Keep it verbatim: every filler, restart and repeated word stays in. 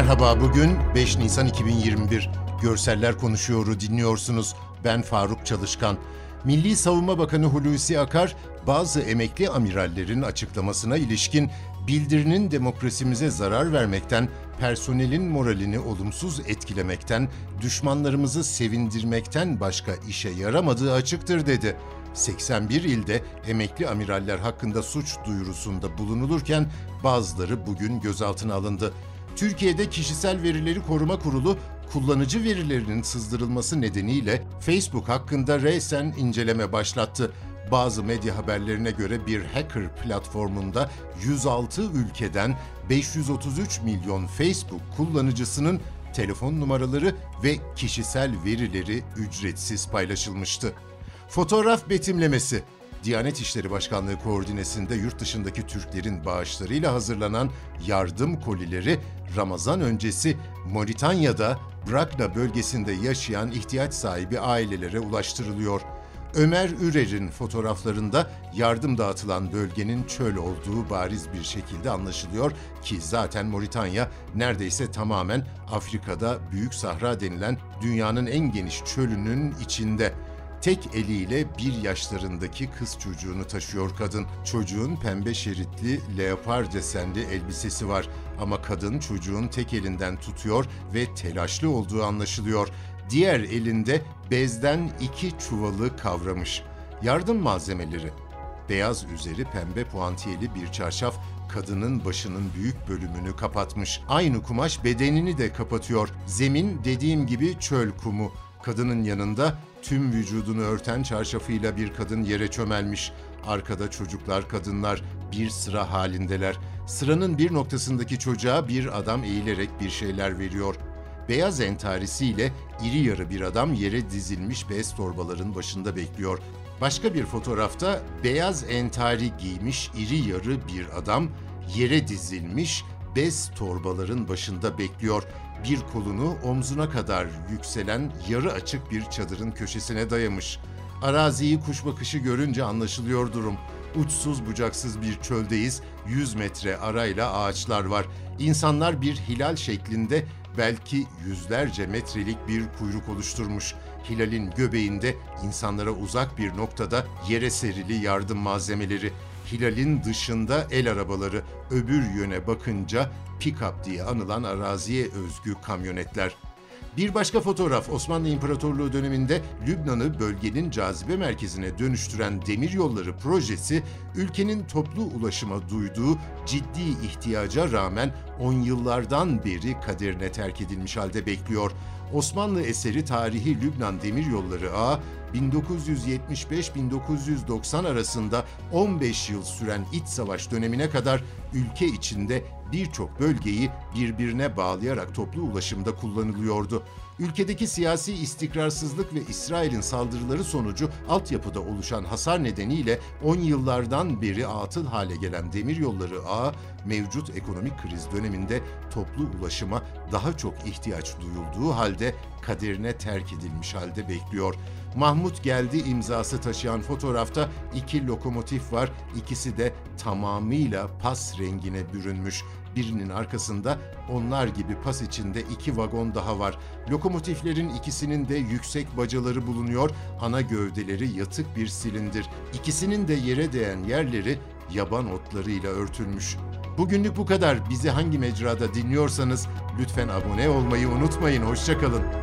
Merhaba, bugün beş Nisan iki bin yirmi bir. Görseller Konuşuyor'u dinliyorsunuz. Ben Faruk Çalışkan. Milli Savunma Bakanı Hulusi Akar, bazı emekli amirallerin açıklamasına ilişkin bildirinin demokrasimize zarar vermekten, personelin moralini olumsuz etkilemekten, düşmanlarımızı sevindirmekten başka işe yaramadığı açıktır dedi. seksen bir ilde emekli amiraller hakkında suç duyurusunda bulunulurken bazıları bugün gözaltına alındı. Türkiye'de Kişisel Verileri Koruma Kurulu, kullanıcı verilerinin sızdırılması nedeniyle Facebook hakkında resen inceleme başlattı. Bazı medya haberlerine göre bir hacker platformunda yüz altı ülkeden beş yüz otuz üç milyon Facebook kullanıcısının telefon numaraları ve kişisel verileri ücretsiz paylaşılmıştı. Fotoğraf betimlemesi. Diyanet İşleri Başkanlığı koordinesinde yurt dışındaki Türklerin bağışlarıyla hazırlanan yardım kolileri Ramazan öncesi Moritanya'da Brakna bölgesinde yaşayan ihtiyaç sahibi ailelere ulaştırılıyor. Ömer Ürer'in fotoğraflarında yardım dağıtılan bölgenin çöl olduğu bariz bir şekilde anlaşılıyor ki zaten Moritanya neredeyse tamamen Afrika'da Büyük Sahra denilen dünyanın en geniş çölünün içinde. Tek eliyle bir yaşlarındaki kız çocuğunu taşıyor kadın. Çocuğun pembe şeritli leopar desenli elbisesi var ama kadın çocuğun tek elinden tutuyor ve telaşlı olduğu anlaşılıyor. Diğer elinde bezden iki çuvalı kavramış. Yardım malzemeleri. Beyaz üzeri pembe puantiyeli bir çarşaf kadının başının büyük bölümünü kapatmış. Aynı kumaş bedenini de kapatıyor. Zemin dediğim gibi çöl kumu. Kadının yanında tüm vücudunu örten çarşafıyla bir kadın yere çömelmiş. Arkada çocuklar, kadınlar bir sıra halindeler. Sıranın bir noktasındaki çocuğa bir adam eğilerek bir şeyler veriyor. Beyaz entarisiyle iri yarı bir adam yere dizilmiş bez torbaların başında bekliyor. Başka bir fotoğrafta beyaz entari giymiş iri yarı bir adam yere dizilmiş bez torbaların başında bekliyor. Bir kolunu omzuna kadar yükselen yarı açık bir çadırın köşesine dayamış. Araziyi kuş bakışı görünce anlaşılıyor durum. Uçsuz bucaksız bir çöldeyiz. yüz metre arayla ağaçlar var. İnsanlar bir hilal şeklinde belki yüzlerce metrelik bir kuyruk oluşturmuş. Hilalin göbeğinde insanlara uzak bir noktada yere serili yardım malzemeleri. Hilalin dışında el arabaları, öbür yöne bakınca pick-up diye anılan araziye özgü kamyonetler. Bir başka fotoğraf Osmanlı İmparatorluğu döneminde Lübnan'ı bölgenin cazibe merkezine dönüştüren demiryolları projesi, ülkenin toplu ulaşıma duyduğu ciddi ihtiyaca rağmen on yıllardan beri kaderine terk edilmiş halde bekliyor. Osmanlı eseri tarihi Lübnan Demiryolları Ağı, bin dokuz yüz yetmiş beş bin dokuz yüz doksan arasında on beş yıl süren iç savaş dönemine kadar ülke içinde birçok bölgeyi birbirine bağlayarak toplu ulaşımda kullanılıyordu. Ülkedeki siyasi istikrarsızlık ve İsrail'in saldırıları sonucu altyapıda oluşan hasar nedeniyle on yıllardan beri atıl hale gelen demiryolları ağı, mevcut ekonomik kriz döneminde toplu ulaşıma daha çok ihtiyaç duyulduğu halde kaderine terk edilmiş halde bekliyor. Mahmut Geldi imzası taşıyan fotoğrafta iki lokomotif var, ikisi de tamamıyla pas rengine bürünmüş. Birinin arkasında onlar gibi pas içinde iki vagon daha var. Lokomotiflerin ikisinin de yüksek bacaları bulunuyor, ana gövdeleri yatık bir silindir. İkisinin de yere değen yerleri yaban otlarıyla örtülmüş. Bugünlük bu kadar. Bizi hangi mecrada dinliyorsanız lütfen abone olmayı unutmayın. Hoşça kalın.